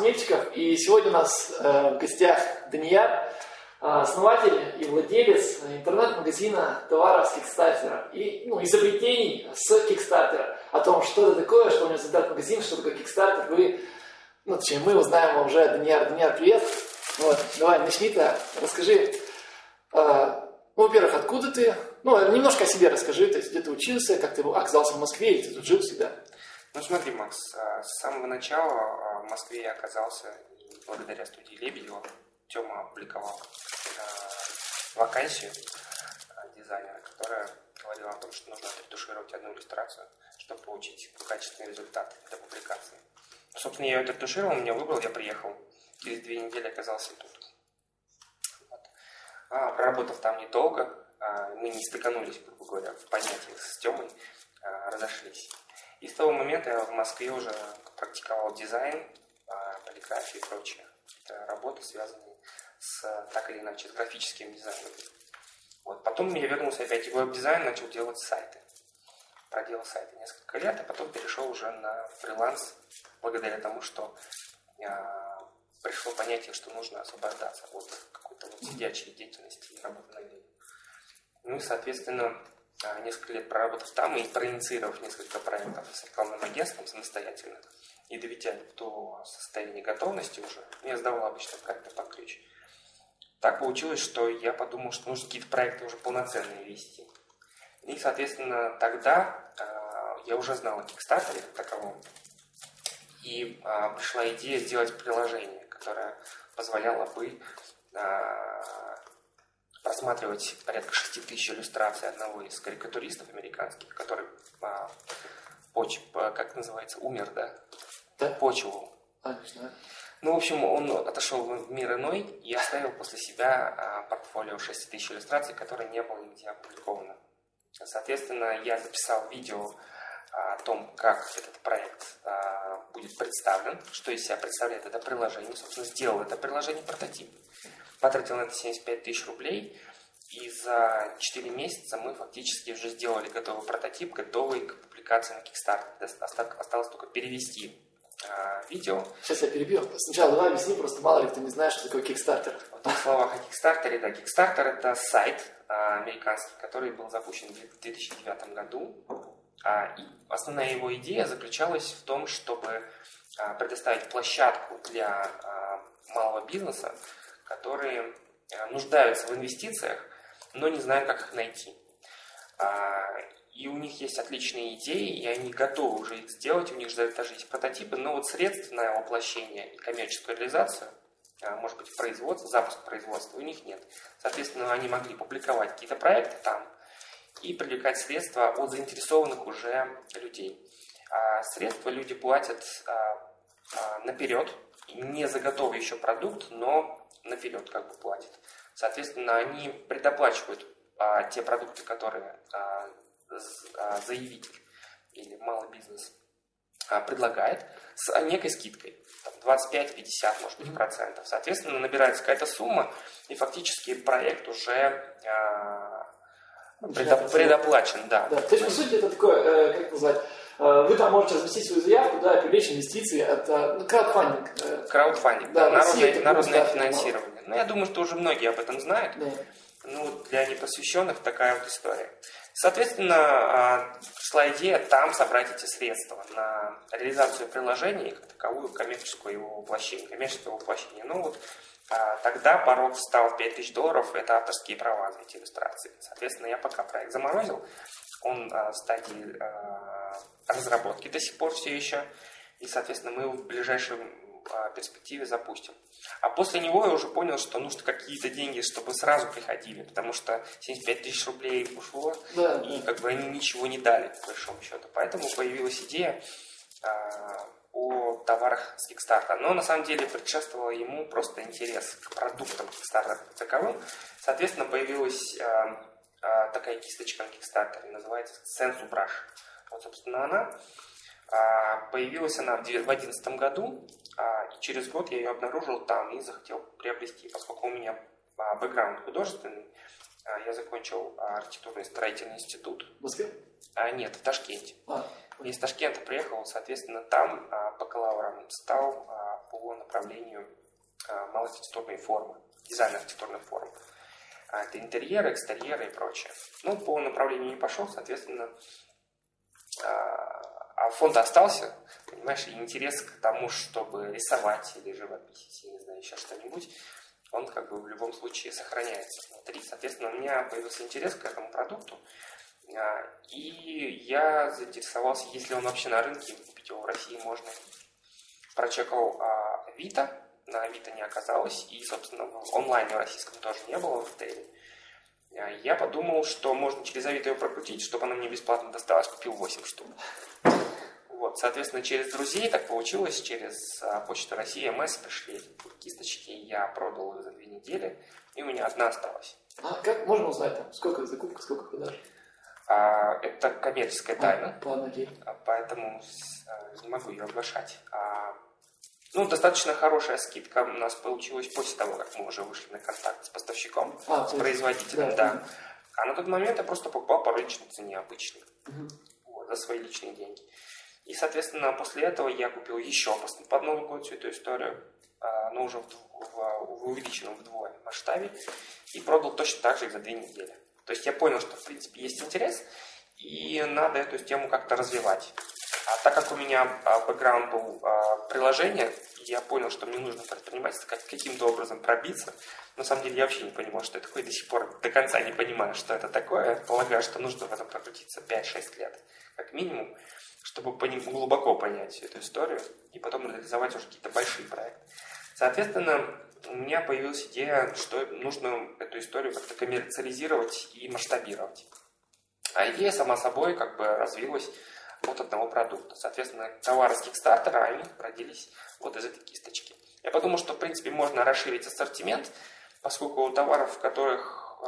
Мельчиков, и сегодня у нас в гостях Данияр, основатель и владелец интернет-магазина товаров с Kickstarter и изобретений с Kickstarter. О том, что это такое, что у него за интернет-магазин, что такое Kickstarter, мы узнаем уже. Данияр, привет. Давай, начни-то, расскажи, во-первых, откуда ты, немножко о себе расскажи, то есть где ты учился, как ты оказался в Москве, или ты тут жил всегда? Смотри, Макс, с самого начала в Москве я оказался благодаря студии Лебедева. Тёма опубликовал вакансию дизайнера, которая говорила о том, что нужно отретушировать одну иллюстрацию, чтобы получить качественный результат для публикации. Собственно, я ее отретушировал, меня выбрал, я приехал. Через 2 недели оказался тут. Проработав там недолго, мы не стыканулись, грубо говоря, в понятиях с Тёмой, разошлись. И с того момента я в Москве уже практиковал дизайн, полиграфию и прочее. Это работы, связанные так или иначе с графическим дизайном. Потом я вернулся опять в веб-дизайн, начал делать сайты. Проделал сайты несколько лет, а потом перешел уже на фриланс, благодаря тому, что пришло понятие, что нужно освобождаться от какой-то сидячей деятельности и работы на день. И, соответственно, несколько лет проработав там и проинициировав несколько проектов с рекламным агентством самостоятельно и доведя до состояния готовности уже, я сдавал обычно проекты под ключ. Так получилось, что я подумал, что нужно какие-то проекты уже полноценные вести. И, соответственно, тогда я уже знал о Kickstarter как таковом. И пришла идея сделать приложение, которое позволяло бы просматривать порядка 6000 иллюстраций одного из карикатуристов американских, который как называется, умер, да? Почивал. Не знаю. В общем, он отошел в мир иной и оставил после себя портфолио 6000 иллюстраций, которое не было нигде опубликовано. Соответственно, я записал видео о том, как этот проект будет представлен, что из себя представляет это приложение. Собственно, сделал это приложение прототип. Потратил на это 75 000 рублей, и за 4 месяца мы фактически уже сделали готовый прототип, готовый к публикации на Kickstarter. Осталось только перевести видео. Сейчас я перебью. Сначала давай объясни, просто мало ли кто не знает, что такое Kickstarter. В 2 словах о Kickstarter. Да, Kickstarter — это сайт американский, который был запущен в 2009 году. И основная его идея заключалась в том, чтобы предоставить площадку для малого бизнеса, которые нуждаются в инвестициях, но не знают, как их найти. И у них есть отличные идеи, и они готовы уже их сделать, у них даже есть прототипы, но средств на воплощение и коммерческую реализацию, может быть, запуск производства у них нет. Соответственно, они могли публиковать какие-то проекты там и привлекать средства от заинтересованных уже людей. Средства люди платят наперед, не за готовый еще продукт, но наперед платят. Соответственно, они предоплачивают те продукты, которые заявитель или малый бизнес предлагает, с некой скидкой, 25-50, может быть, процентов. Соответственно, набирается какая-то сумма, и фактически проект уже предоплачен. Да. То есть, по сути, это такое, как назвать, вы там можете разместить свою заявку, привлечь инвестиции, это краудфандинг. Краудфандинг, народное финансирование. Я думаю, что уже многие об этом знают. Да. Для непосвященных такая история. Соответственно, пришла идея там собрать эти средства на реализацию приложения, как таковую коммерческое его воплощение. Тогда порог стал в $5000, это авторские права за эти иллюстрации. Соответственно, я пока проект заморозил, он в стадии разработки до сих пор все еще, и, соответственно, мы его в ближайшем перспективе запустим. А после него я уже понял, что нужно какие-то деньги, чтобы сразу приходили, потому что 75 000 рублей ушло, и они ничего не дали, по большому счету. Поэтому появилась идея о товарах с Kickstarter. Но на самом деле предшествовал ему просто интерес к продуктам Kickstarter таковым. Соответственно, появилась такая кисточка на Kickstarter, называется Sensu Brush. Собственно, она. Появилась она в 2011 году, и через год я ее обнаружил там и захотел приобрести, поскольку у меня бэкграунд художественный. Я закончил архитектурный строительный институт. В Москве? Нет, в Ташкенте. Из Ташкента приехал, соответственно, там бакалавром стал по направлению малоархитектурные формы, дизайн архитектурных форм. Это интерьеры, экстерьеры и прочее. Ну, по направлению не пошел, соответственно, а фонд остался, понимаешь, и интерес к тому, чтобы рисовать или живописить, я не знаю, еще что-нибудь, он как бы в любом случае сохраняется внутри. Соответственно, у меня появился интерес к этому продукту, и я заинтересовался, есть ли он вообще на рынке, купить его в России можно. Прочекал Авито, на Авито не оказалось, и, собственно, в онлайне в российском тоже не было, в ритейле. Я подумал, что можно через Авито ее прокрутить, чтобы она мне бесплатно досталась. Купил 8 штук. Вот, соответственно, через друзей так получилось, через Почту России, МС пришли кисточки, я продал их за 2 недели, и у меня одна осталась. А как можно узнать, там, сколько закупка, сколько продаж? Это коммерческая тайна, Ладно, окей. поэтому не могу ее оглашать. Достаточно хорошая скидка у нас получилась после того, как мы уже вышли на контакт с поставщиком, с производителем, да. А на тот момент я просто покупал по рыночной цене обычной, за свои личные деньги. И, соответственно, после этого я купил еще под Новый год всю эту историю, но уже в увеличенном вдвое масштабе, и продал точно так же их за 2 недели. То есть я понял, что, в принципе, есть интерес, и надо эту тему как-то развивать. А так как у меня бэкграунд был приложение, я понял, что мне нужно предпринимательство каким-то образом пробиться. На самом деле я вообще не понимал, что это такое, до сих пор до конца не понимаю, что это такое. Полагаю, что нужно в этом прокрутиться 5-6 лет, как минимум, чтобы глубоко понять всю эту историю и потом реализовать уже какие-то большие проекты. Соответственно, у меня появилась идея, что нужно эту историю как-то коммерциализировать и масштабировать. А идея сама собой как бы развилась от одного продукта. Соответственно, товары с Кикстартера, они родились вот из этой кисточки. Я подумал, что в принципе можно расширить ассортимент, поскольку товаров, которые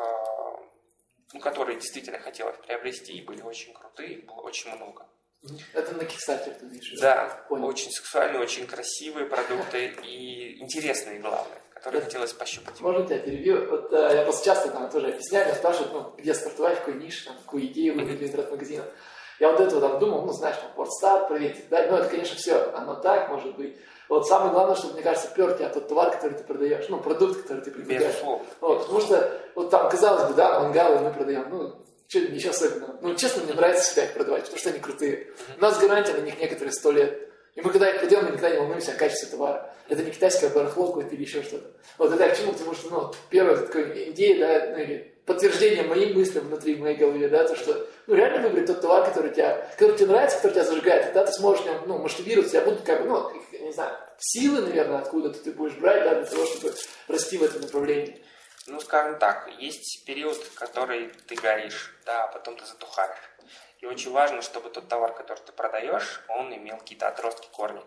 действительно хотелось приобрести, и были очень крутые, их было очень много. Это на Kickstarter ты видишь? Да, очень сексуальные, очень красивые продукты и интересные, главное, которые хотелось пощупать. Можно тебя перебью? Вот я просто часто там тоже объясняю, меня спрашивают, где стартовать, в какой нише, там, какую идею выбрать для интернет-магазина. Я вот этого там думал, знаешь, там, WordStat проверить, да, это, конечно, все, оно так, может быть. Вот самое главное, чтобы, мне кажется, пёр тебя тот товар, который ты продаешь, продукт, который ты предлагаешь. Безусловно. Вот, потому что, вот там, казалось бы, да, мангалы мы продаем, ничего особенного. Честно, мне нравится всегда их продавать, потому что они крутые. У нас гарантия на них некоторые 100 лет. И мы когда их продаем, мы никогда не волнуемся о качестве товара. Это не китайское барахло какое-то или еще что-то. Вот это я к чему? Потому что, первая такая идея, да, или подтверждение моим мыслям внутри моей головы, да, то, что, реально выбрать тот товар, который тебе нравится, который тебя зажигает, тогда ты сможешь в нем, масштабироваться, у тебя будут, не знаю, силы, наверное, откуда-то ты будешь брать, да, для того, чтобы расти в этом направлении. Скажем так, есть период, в который ты горишь, да, а потом ты затухаешь. И очень важно, чтобы тот товар, который ты продаешь, он имел какие-то отростки, корни,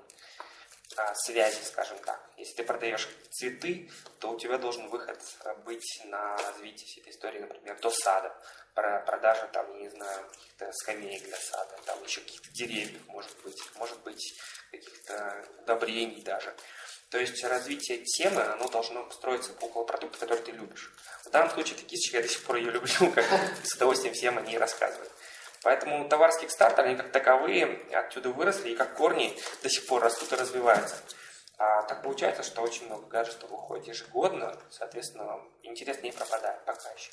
связи, скажем так. Если ты продаешь цветы, то у тебя должен выход быть на развитие всей этой истории, например, до сада. Продажа, там, я не знаю, каких-то скамеек для сада, там еще каких-то деревьев, может быть, каких-то удобрений даже. То есть развитие темы, оно должно строиться около продукта, который ты любишь. В данном случае эта кисточка, я до сих пор ее люблю, как с удовольствием всем о ней рассказываю. Поэтому товары с Kickstarter, они как таковые отсюда выросли и как корни до сих пор растут и развиваются. Так получается, что очень много гаджетов выходит ежегодно, соответственно, интерес не пропадает пока еще.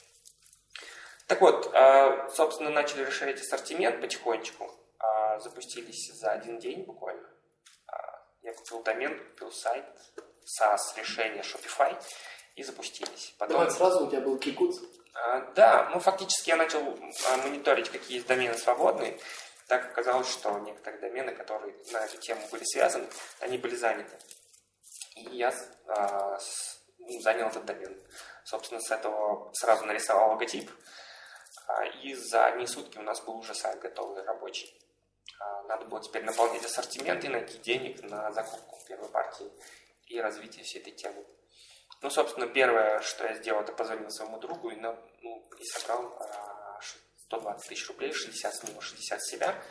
Так вот, собственно, начали расширять ассортимент потихонечку, запустились за 1 день буквально. Я купил домен, купил сайт, SaaS-решение Shopify и запустились. Потом сразу у тебя был Кикут? Да, фактически я начал мониторить, какие есть домены свободные. Так оказалось, что некоторые домены, которые на эту тему были связаны, они были заняты. И я занял этот домен. Собственно, с этого сразу нарисовал логотип. И за 1 сутки у нас был уже сайт готовый, рабочий. Надо было теперь наполнять ассортимент и найти денег на закупку первой партии и развитие всей этой темы. Собственно, первое, что я сделал, это позвонил своему другу и собрал 120 тысяч рублей, 60 с него, 60 с себя,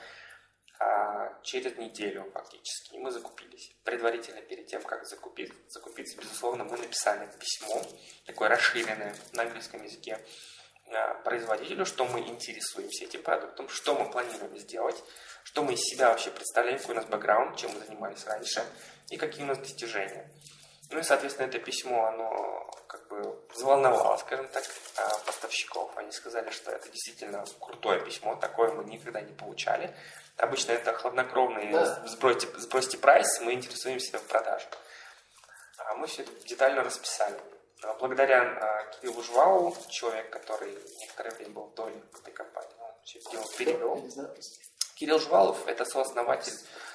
через неделю фактически. И мы закупились. Предварительно, перед тем, как закупиться, безусловно, мы написали письмо, такое расширенное на английском языке, производителю, что мы интересуемся этим продуктом, что мы планируем сделать, что мы из себя вообще представляем, какой у нас бэкграунд, чем мы занимались раньше и какие у нас достижения. Ну и, соответственно, это письмо, оно как бы взволновало, скажем так, поставщиков. Они сказали, что это действительно крутое письмо, такое мы никогда не получали. Обычно это хладнокровный сбросьте прайс, мы интересуемся в продаже. А мы все это детально расписали. Благодаря Кириллу Жвалову, человек, который некоторое время был в доле этой компании, он все это дело перевел. Кирилл Жвалов – это сооснователь...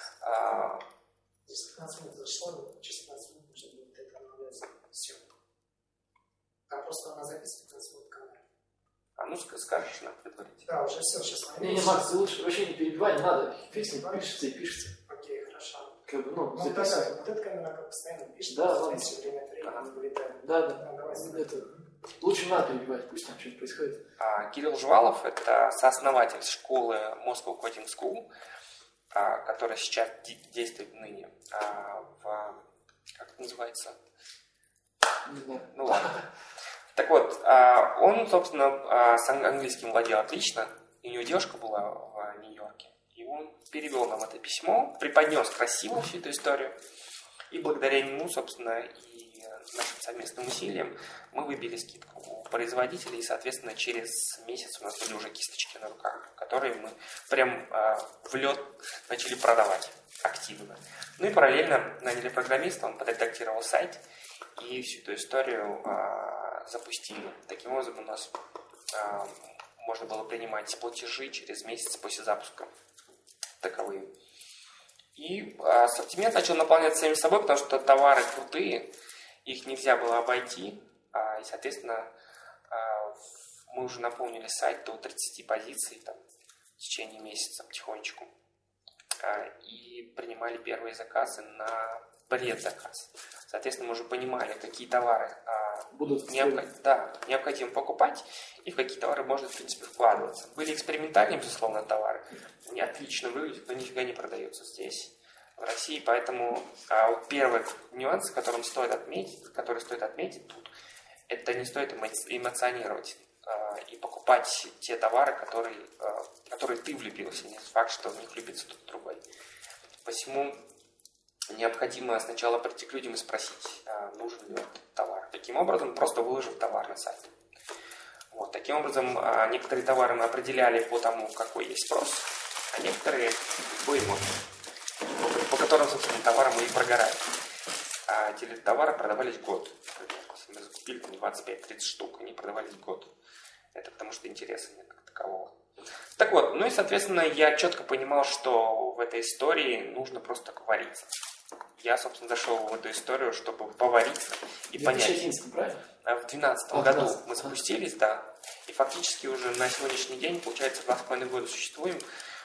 15 минут зашло, через 15 минут нужно будет это обновляться. Все. Там просто она записывает 15 минут камеры. А ну скажешь нам предварительно. Да, уже все, сейчас Не, Макс, ты лучше вообще не перебивай, не надо. Фикс, пишется и пишется. Окей, хорошо. Как бы, Ну, записывай. вот эта камера как постоянно пишет, Да, ладно. все время от времени вылетает. Да. Давай, Это... Лучше не надо перебивать, пусть там что-то происходит. Кирилл Жвалов – это сооснователь школы Moscow Coding School, которая сейчас действует ныне как это называется? Не знаю. Ну ладно. Так вот, он, собственно, с английским владел отлично, и у него девушка была в Нью-Йорке, и он перевел нам это письмо, преподнес красиво всю эту историю, и благодаря ему, собственно, и нашим совместным усилиям мы выбили скидку у производителей, и, соответственно, через месяц у нас были уже кисточки на руках, которые мы прям в лед начали продавать активно. Ну и параллельно наняли программиста, он подредактировал сайт, и всю эту историю запустили. Таким образом, у нас можно было принимать платежи через месяц после запуска таковые. И ассортимент начал наполняться самим собой, потому что товары крутые, их нельзя было обойти, и, соответственно, мы уже наполнили сайт до 30 позиций там, в течение месяца потихонечку. И принимали первые заказы на предзаказ. Соответственно, мы уже понимали, какие товары необходимо покупать и в какие товары можно, в принципе, вкладываться. Были экспериментальные, безусловно, товары. Они отлично выглядят, но нифига не продаются здесь, в России. Поэтому первый нюанс, который стоит отметить тут, это не стоит эмоционировать и покупать те товары, которые ты влюбился. Не факт, что в них влюбится кто-то другой. Посему необходимо сначала прийти к людям и спросить, нужен ли этот товар. Таким образом, просто выложив товар на сайт. Вот. Таким образом, некоторые товары мы определяли по тому, какой есть спрос, а некоторые по эмоциям, по которым, собственно, товары мы и прогорали. А эти товары продавались год. Если мы закупили 25-30 штук, они продавались год. Это потому что интереса нет как такового. Так вот, ну и, соответственно, я четко понимал, что в этой истории нужно просто вариться. Я, собственно, зашел в эту историю, чтобы повариться и понять. В 2011, правильно? В 2012 году мы запустились, да. И фактически уже на сегодняшний день, получается, 2,5 года существуем,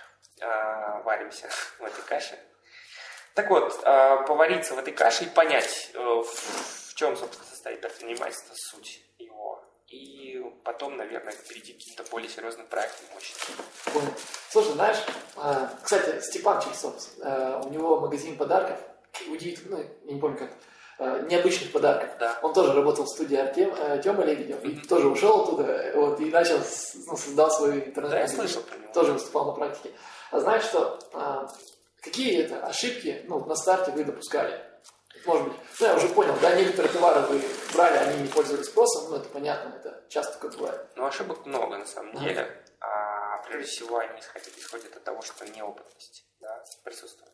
варимся в этой каше. Так вот, повариться в этой каше и понять, в чем, собственно, состоит предпринимательство, суть его. И потом, наверное, перейти к каким-то более серьезным проектам мощным. Понял. Слушай, знаешь, кстати, Степан Чельцов, у него магазин подарков, удивительно, я не помню как, необычных подарков. Да. Он тоже работал в студии Тёма Лебедев, и тоже ушел оттуда, вот, и начал, создал свой интернет. Да, я слышал про него. Тоже выступал на практике. А знаешь что, какие это ошибки, на старте вы допускали? Может быть, я уже понял, да, некоторые товары вы брали, они не пользовались спросом, это понятно, это часто такое бывает. Ошибок много на самом деле. Прежде всего они исходят от того, что неопытность присутствует.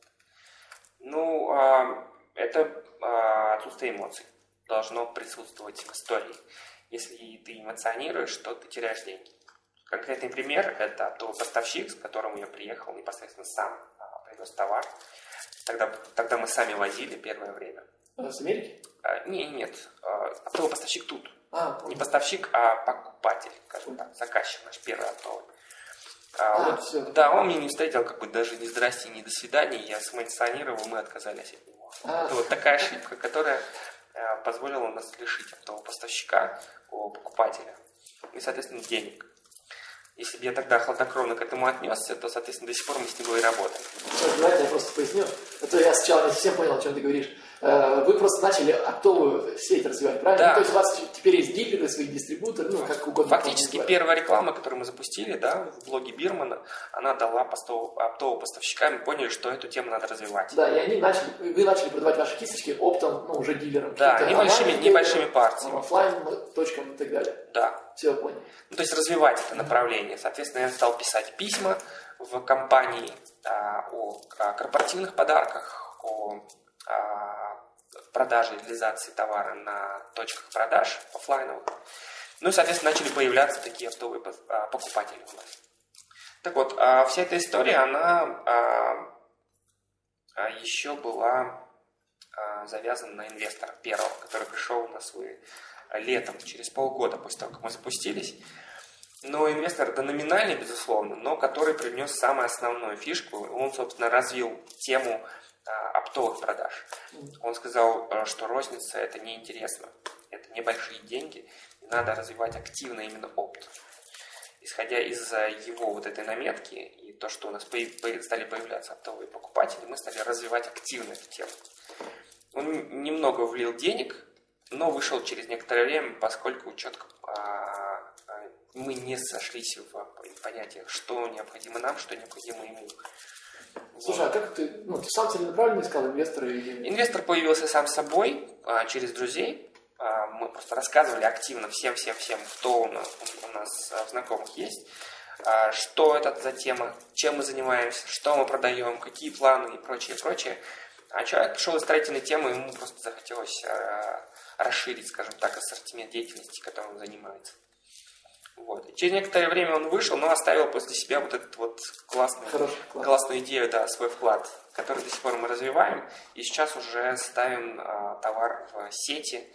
Это отсутствие эмоций должно присутствовать в истории. Если ты эмоционируешь, то ты теряешь деньги. Конкретный пример – это тот поставщик, с которым я приехал, непосредственно сам привез товар. Тогда мы сами возили первое время. С Америки? Нет. Оптовый поставщик тут. Не Понял. поставщик, а покупатель, скажем так, заказчик наш первый оптовый. Он меня не встретил, даже ни здрасте, ни до свидания. Я санкционировал, мы отказались от него. Это вот такая ошибка, которая позволила нас лишить оптового поставщика у покупателя и, соответственно, денег. Если бы я тогда хладнокровно к этому отнесся, то, соответственно, до сих пор мы с него и работаем. Давайте я просто поясню. А то я сначала не совсем понял, о чем ты говоришь. вы просто начали оптовую сеть развивать, правильно? Да. Ну, то есть у вас теперь есть дилеры, свои дистрибуторы, ну, как угодно. Фактически первая реклама, которую мы запустили, да, в блоге Бирмана, она дала оптовым поставщикам, и поняли, что эту тему надо развивать. Да, и вы начали продавать ваши кисточки оптом, ну, уже дилерам. Да, небольшими партиями. Оффлайн, точкам и так далее. Да. Все, понял. Ну, то есть развивать это направление. Соответственно, я стал писать письма в компании о корпоративных подарках, о продаже и реализации товара на точках продаж офлайновых. Ну и, соответственно, начали появляться такие оптовые покупатели у нас. Так вот, вся эта история, она еще была завязана на инвестора первого, который пришел на свой летом, через полгода после того, как мы запустились. Но инвестор, да, номинальный, безусловно, но который принес самую основную фишку. Он, собственно, развил тему оптовых продаж. Он сказал, что розница – это неинтересно, это небольшие деньги, и надо развивать активно именно опт. Исходя из его вот этой наметки и то, что у нас стали появляться оптовые покупатели, мы стали развивать активно эту тему. Он немного влил денег, но вышел через некоторое время, поскольку четко мы не сошлись в понятиях, что необходимо нам, что необходимо ему. Слушай, а как ты сам целенаправленно искал инвестора? Инвестор появился сам собой, через друзей. Мы просто рассказывали активно всем, кто у нас в знакомых есть, что это за тема, чем мы занимаемся, что мы продаем, какие планы и прочее. А человек пришел из строительной темы, ему просто захотелось расширить, скажем так, ассортимент деятельности, которым он занимается. Вот. И через некоторое время он вышел, но оставил после себя вот эту вот классную идею, да, свой вклад, который до сих пор мы развиваем. И сейчас уже ставим товар в сети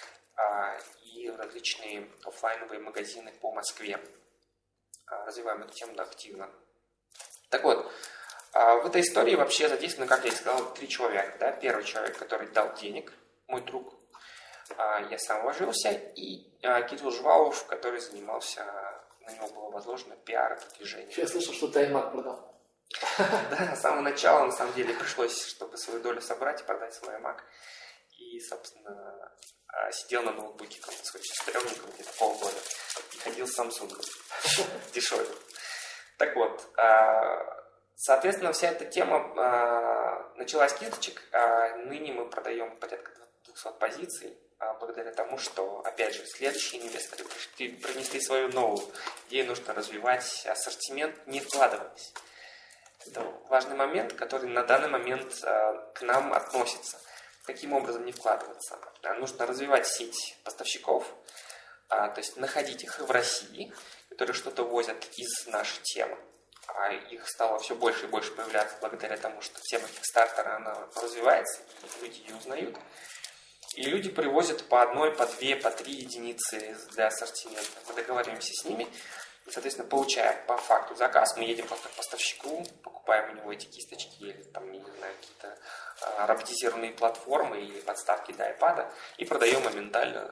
и в различные офлайновые магазины по Москве. Развиваем эту тему активно. Так вот, в этой истории вообще задействовано, как я и сказал, 3 человека. Да? Первый человек, который дал денег, мой друг, я сам вложился, и Кирилл Жвалов, который занимался, на него было возложено пиар, продвижение. Я слышал, что ты iMac продал. Да, с самого начала, на самом деле, пришлось, чтобы свою долю собрать и продать свой iMac. И, собственно, сидел на ноутбуке с шестеренником где-то полгода и ходил с Samsung дешевым. Так вот, соответственно, вся эта тема началась с кисточек, а ныне мы продаем порядка 200 позиций, благодаря тому, что, опять же, следующие инвесторы принесли свою новую идею, нужно развивать ассортимент, не вкладываясь. Это важный момент, который на данный момент к нам относится. Каким образом не вкладываться? Нужно развивать сеть поставщиков, то есть находить их в России, которые что-то возят из нашей темы. А их стало все больше и больше появляться благодаря тому, что тема Kickstarter, она развивается, и люди ее узнают. И люди привозят по 1, по 2, по 3 единицы для ассортимента. Мы договариваемся с ними, и, соответственно, получая по факту заказ, мы едем просто к поставщику, покупаем у него эти кисточки или там, не знаю, какие-то роботизированные платформы или подставки для iPad и продаем моментально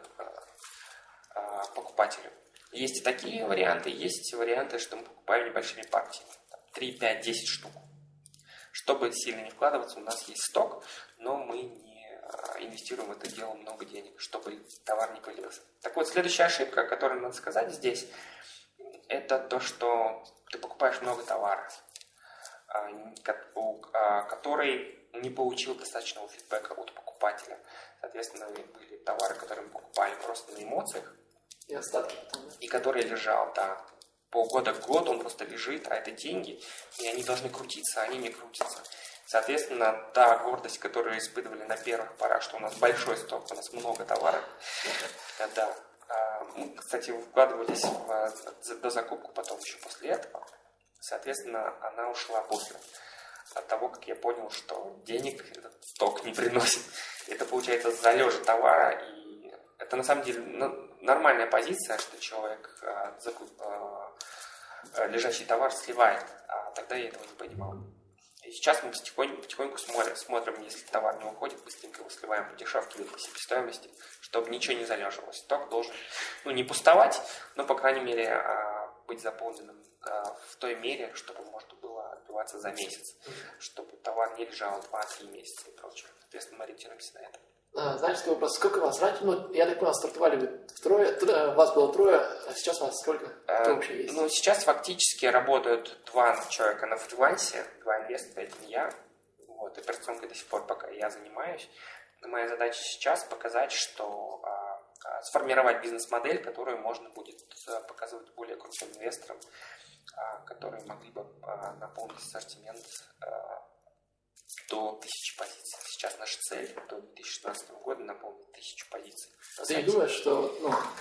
покупателю. Есть и такие варианты, есть варианты, что мы покупаем небольшими партиями, 3, 5, 10 штук. Чтобы сильно не вкладываться, у нас есть сток, но мы не инвестируем в это дело много денег, чтобы товар не пылился. Так вот, следующая ошибка, о которой надо сказать здесь, это то, что ты покупаешь много товара, который не получил достаточного фидбэка от покупателя. Соответственно, были товары, которые мы покупали просто на эмоциях. И остатки потом, да? И который лежал, да. Полгода, год он просто лежит, а это деньги, и они должны крутиться, а они не крутятся. Соответственно, та гордость, которую испытывали на первых порах, что у нас большой сток, у нас много товаров. Да. Мы, кстати, вкладывались в дозакупку потом еще после этого. Соответственно, она ушла после. От того, как я понял, что денег этот сток не приносит. Это получается залежи товара, и это на самом деле нормальная позиция, что человек лежащий товар сливает, а тогда я этого не понимал. И сейчас мы потихоньку смотрим, если товар не уходит, быстренько его сливаем по дешевке или по себестоимости, чтобы ничего не залеживалось. Сток должен, не пустовать, но, по крайней мере, быть заполненным в той мере, чтобы можно было продаваться за месяц, чтобы товар не лежал 2-3 месяца и прочее. Соответственно, мы ориентируемся на это. Знаете, такой вопрос, сколько вас раньше, я так понял, стартовали вы трое, вас было трое, а сейчас вас сколько? Кто вообще есть? Сейчас фактически работают 2 человека на фрилансе, 2 инвестора, один я. Вот, операционкой до сих пор пока я занимаюсь. Но моя задача сейчас показать, что сформировать бизнес-модель, которую можно будет показывать более крупным инвесторам, которые могли бы наполнить ассортимент до 1000 позиций. Сейчас наша цель до 2016 года наполнить 1000 позиций. Ты не думаешь, что,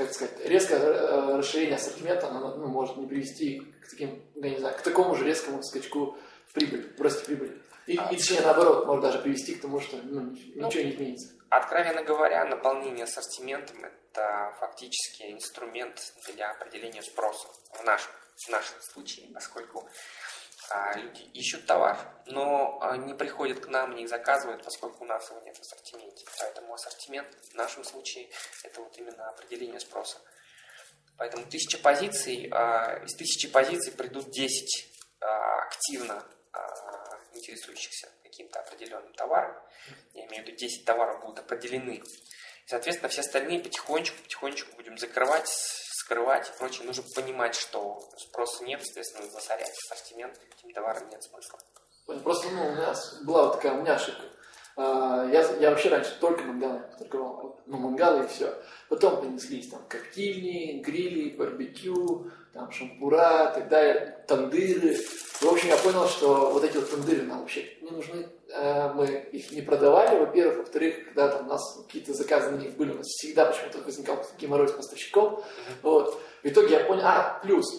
резкое расширение ассортимента оно, может не привести к таким, не знаю, к такому же резкому скачку в прибыль, в росте прибыли? И точнее, наоборот, может даже привести к тому, что ничего не изменится. Откровенно говоря, наполнение ассортиментом – это фактически инструмент для определения спроса в нашем случае, поскольку люди ищут товар, но не приходят к нам, не их заказывают, поскольку у нас его нет в ассортименте. Поэтому ассортимент в нашем случае – это вот именно определение спроса. Поэтому 1000 позиций, из 1000 позиций придут 10 активно интересующихся каким-то определенным товаром. Я имею в виду, 10 товаров будут определены. И, соответственно, все остальные потихонечку будем закрывать, скрывать и прочее. Нужно понимать, что спроса нет, соответственно, засорять ассортимент этим товаром нет смысла. Просто, у нас была вот такая у меня ошибка. Я вообще раньше только мангалами торговал. Мангалы и все. Потом понеслись там коктильни, грили, барбекю, там шампура, и так далее, тандыры. В общем, я понял, что вот эти вот тандыры нам вообще не нужны. Мы их не продавали, во-первых. Во-вторых, когда там у нас какие-то заказы на них были, у нас всегда почему-то возникал геморрой с поставщиком. Вот. В итоге я понял, плюс,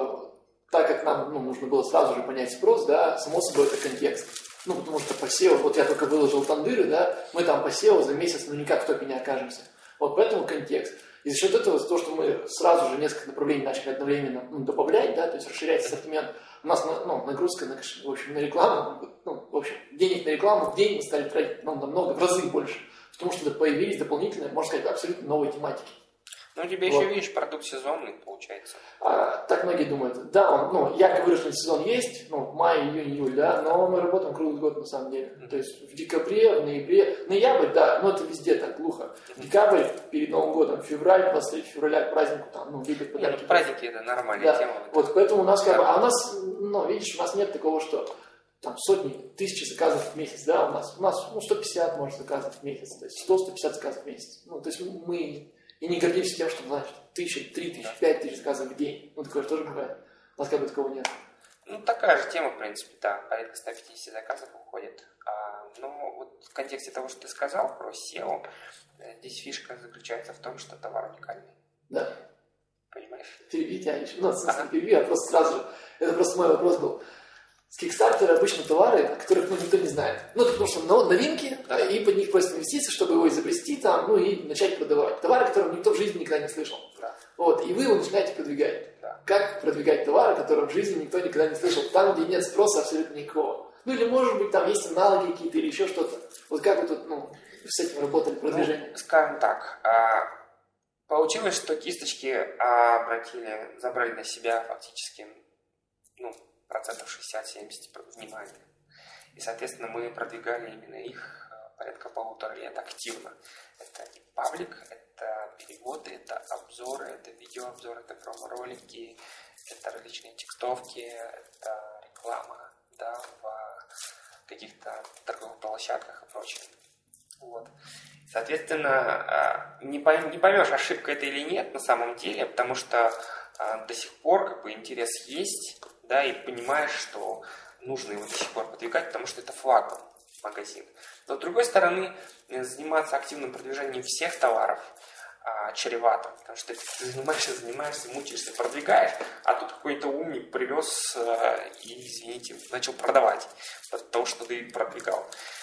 так как нам нужно было сразу же понять спрос, да, само собой это контекст. Потому что по SEO, вот я только выложил тандыры, да, мы там по SEO за месяц никак в топе не окажемся. Вот поэтому контекст. И за счет этого, то, что мы сразу же несколько направлений начали одновременно добавлять, да, то есть расширять ассортимент, у нас нагрузка на рекламу, в общем, денег на рекламу в день мы стали тратить намного, в разы больше, потому что появились дополнительные, можно сказать, абсолютно новые тематики. У тебя еще, видишь, продукт сезонный получается. Так многие думают. Да, ярко выраженный сезон есть, май, июнь, июль, да, но мы работаем круглый год на самом деле. То есть в декабре, в ноябре, ноябрь, да, но это везде так глухо. Декабрь перед Новым годом, февраль, 23 февраля к празднику, любят подарки. Праздники это нормальная тема. Вот поэтому у нас а у нас, видишь, у нас нет такого, что там сотни, тысячи заказов в месяц, да, у нас 150, может, заказов в месяц, то есть 100-150 заказов в месяц. То есть мы и не гордимся тем, что, знаешь, 1000, 3000, 5000 заказов в день. Такое тоже бывает. У нас как бы такого нет. Такая же тема, в принципе, да, порядка 150 заказов уходит. Но вот в контексте того, что ты сказал про SEO, здесь фишка заключается в том, что товар уникальный. Да. Понимаешь? Перебить я еще. В смысле, перебью, я просто сразу же. Это просто мой вопрос был. С Kickstarter обычно товары, о которых никто не знает. Потому что новинки, и под них просят инвестиции, чтобы его изобрести там, и начать продавать. Товары, о которых никто в жизни никогда не слышал. Да. Вот, и вы его начинаете продвигать. Да. Как продвигать товары, о которых в жизни никто никогда не слышал? Там, где нет спроса абсолютно никакого. Или, может быть, там есть аналоги какие-то или еще что-то. Вот как вы тут, с этим работали, продвижение? Скажем так, получилось, что кисточки забрали на себя фактически, процентов 60-70 внимания. И, соответственно, мы продвигали именно их порядка 1,5 лет активно. Это и паблик, это переводы, это обзоры, это видеообзоры, это промо-ролики, это различные текстовки, это реклама, да, в каких-то торговых площадках и прочее. Вот. Соответственно, не поймешь, ошибка это или нет на самом деле, потому что до сих пор интерес есть, да, и понимаешь, что нужно его до сих пор продвигать, потому что это флагман магазин. Но с другой стороны, заниматься активным продвижением всех товаров чревато, потому что ты занимаешься, мучаешься, продвигаешь, а тут какой-то умник привез и, извините, начал продавать потому что ты продвигал.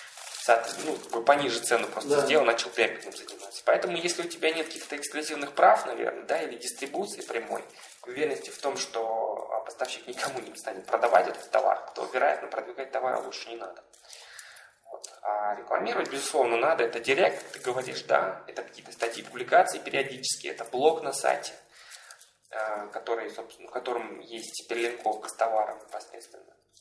Пониже цену просто сделал, начал демпингом заниматься. Поэтому, если у тебя нет каких-то эксклюзивных прав, наверное, да, или дистрибуции прямой, уверенности в том, что поставщик никому не станет продавать этот товар, то, вероятно, продвигать товар лучше не надо. Вот. А рекламировать, безусловно, надо. Это директ, ты говоришь, да, это какие-то статьи, публикации периодические, это блог на сайте, в котором есть перелинковка с товаром непосредственно.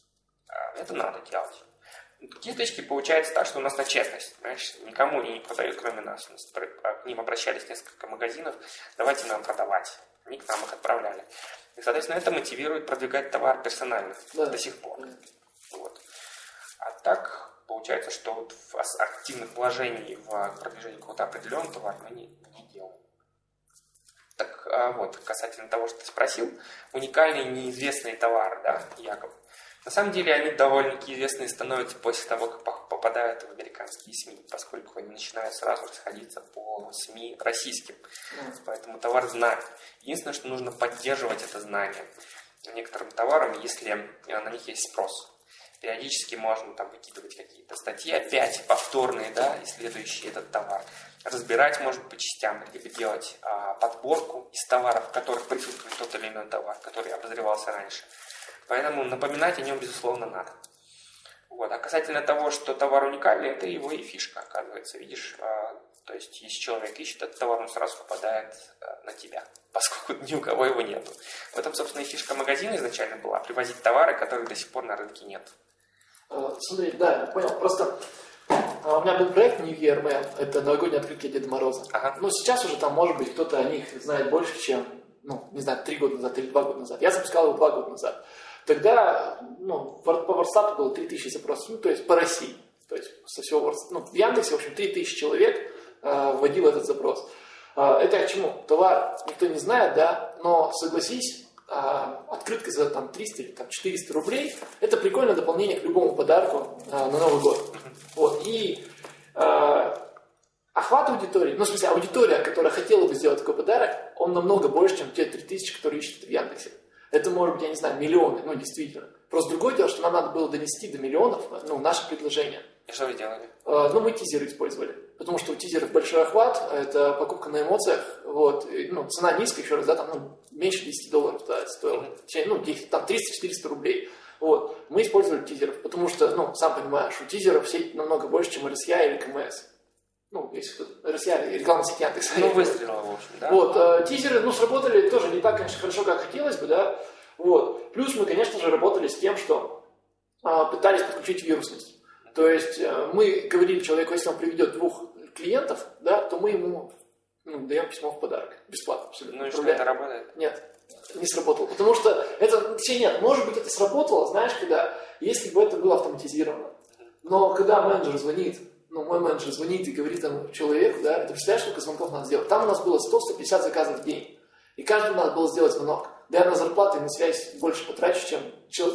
Это надо делать. Кисточки получается так, что у нас на честность. Знаешь, никому они не продают, кроме нас. К ним обращались несколько магазинов. Давайте нам продавать. Они к нам их отправляли. И, соответственно, это мотивирует продвигать товар персонально до сих пор. Вот. А так получается, что вот активных вложений в продвижение какого-то определенного товара мы не делаем. Так вот, касательно того, что ты спросил, уникальные неизвестные товары, да, якобы. На самом деле они довольно-таки известные становятся после того, как попадают в американские СМИ, поскольку они начинают сразу расходиться по СМИ российским. Поэтому товар знает. Единственное, что нужно поддерживать это знание некоторым товарам, если на них есть спрос. Периодически можно там выкидывать какие-то статьи, опять повторные, да, исследующие этот товар. Разбирать, может, по частям, либо делать подборку из товаров, в которых присутствует тот или иной товар, который обозревался раньше. Поэтому напоминать о нем, безусловно, надо. Вот. А касательно того, что товар уникальный, это его и фишка, оказывается. Видишь, то есть, если человек ищет этот товар, он сразу попадает на тебя, поскольку ни у кого его нету. В этом, собственно, и фишка магазина изначально была, привозить товары, которых до сих пор на рынке нет. Смотри, да, я понял. Просто у меня был проект New Year Man, это новогодние открытки Деда Мороза. Ага. Ну, сейчас уже там, может быть, кто-то о них знает больше, чем, ну, не знаю, 3 года назад или 2 года назад. Я запускал его 2 года назад. Тогда, ну, по WhatsApp было 3000 запросов, ну, то есть по России. То есть со всего WhatsApp. Ну, в Яндексе, в общем, 3000 человек вводил этот запрос. Это я к чему? Товар никто не знает, да, но согласись, открытка за там 300 или там, 400 рублей, это прикольное дополнение к любому подарку на Новый год. Вот. И охват аудитории, ну, в смысле, аудитория, которая хотела бы сделать такой подарок, он намного больше, чем те 3000, которые ищут в Яндексе. Это может быть, я не знаю, миллионы, ну, действительно. Просто другое дело, что нам надо было донести до миллионов, ну, наше предложение. И что вы делали? Ну, мы тизеры использовали. Потому что у тизеров большой охват, это покупка на эмоциях, вот, и, ну, цена низкая, еще раз, да, там, ну, меньше $10 да, стоило, ну, 10, там, 300-400 рублей. Вот. Мы использовали тизеров, потому что, ну, сам понимаешь, у тизеров сеть намного больше, чем РСЯ или КМС. Ну, если кто-то, РСЯ, рекламная сеть Яндекса. Ну, выстрелила, в общем, да? Вот, тизеры, ну, сработали тоже не так, конечно, хорошо, как хотелось бы, да, вот. Плюс мы, конечно же, работали с тем, что пытались подключить вирусность. То есть мы говорили человеку, если он приведет 2 клиентов, да, то мы ему даем письмо в подарок. Бесплатно абсолютно. Ну и что, это работает? Нет, не сработало. Потому что это все нет. Может быть, это сработало, знаешь, когда, если бы это было автоматизировано. Но когда менеджер звонит, ну, мой менеджер звонит и говорит там человеку, да, ты представляешь, сколько звонков надо сделать? Там у нас было 100-150 заказов в день. И каждому надо было сделать звонок. Да, я на зарплату и на связь больше потрачу, чем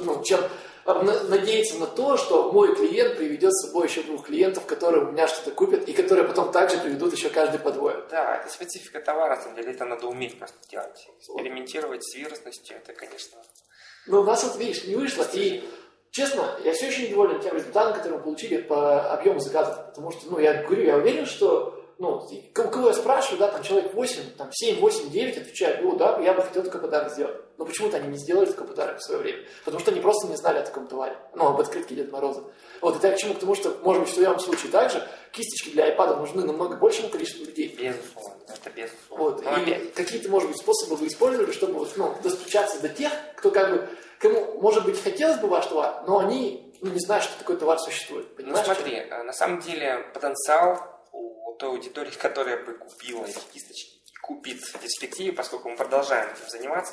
надеяться на то, что мой клиент приведет с собой еще 2 клиентов, которые у меня что-то купят, и которые потом также приведут еще каждый по 2. Да, это специфика товара, на самом деле, это надо уметь просто делать. Экспериментировать с вирусностью, это, конечно... Но у нас вот, видишь, не вышло, и, честно, я все еще недоволен тем результатом, который мы получили по объему заказов, потому что, ну, я говорю, я уверен, что, ну, кого я спрашиваю, да, там человек 8, там 7, 8, 9 отвечают, ну, да, я бы хотел такой подарок сделать. Но почему-то они не сделали такой подарок в свое время. Потому что они просто не знали о таком товаре. Ну, об открытке Деда Мороза. Вот, это я к чему? Потому что, может быть, в твоем случае также кисточки для iPad нужны намного большему количеству людей. Безусловно, это безусловно. Вот, и какие-то, может быть, способы вы использовали, чтобы, ну, достучаться до тех, кто как бы, кому, может быть, хотелось бы ваш товар, но они, ну, не знают, что такой товар существует. Понимаешь? Ну, смотри, на самом деле потенциал у той аудитории, которая бы купила эти кисточки и купит в перспективе, поскольку мы продолжаем этим заниматься,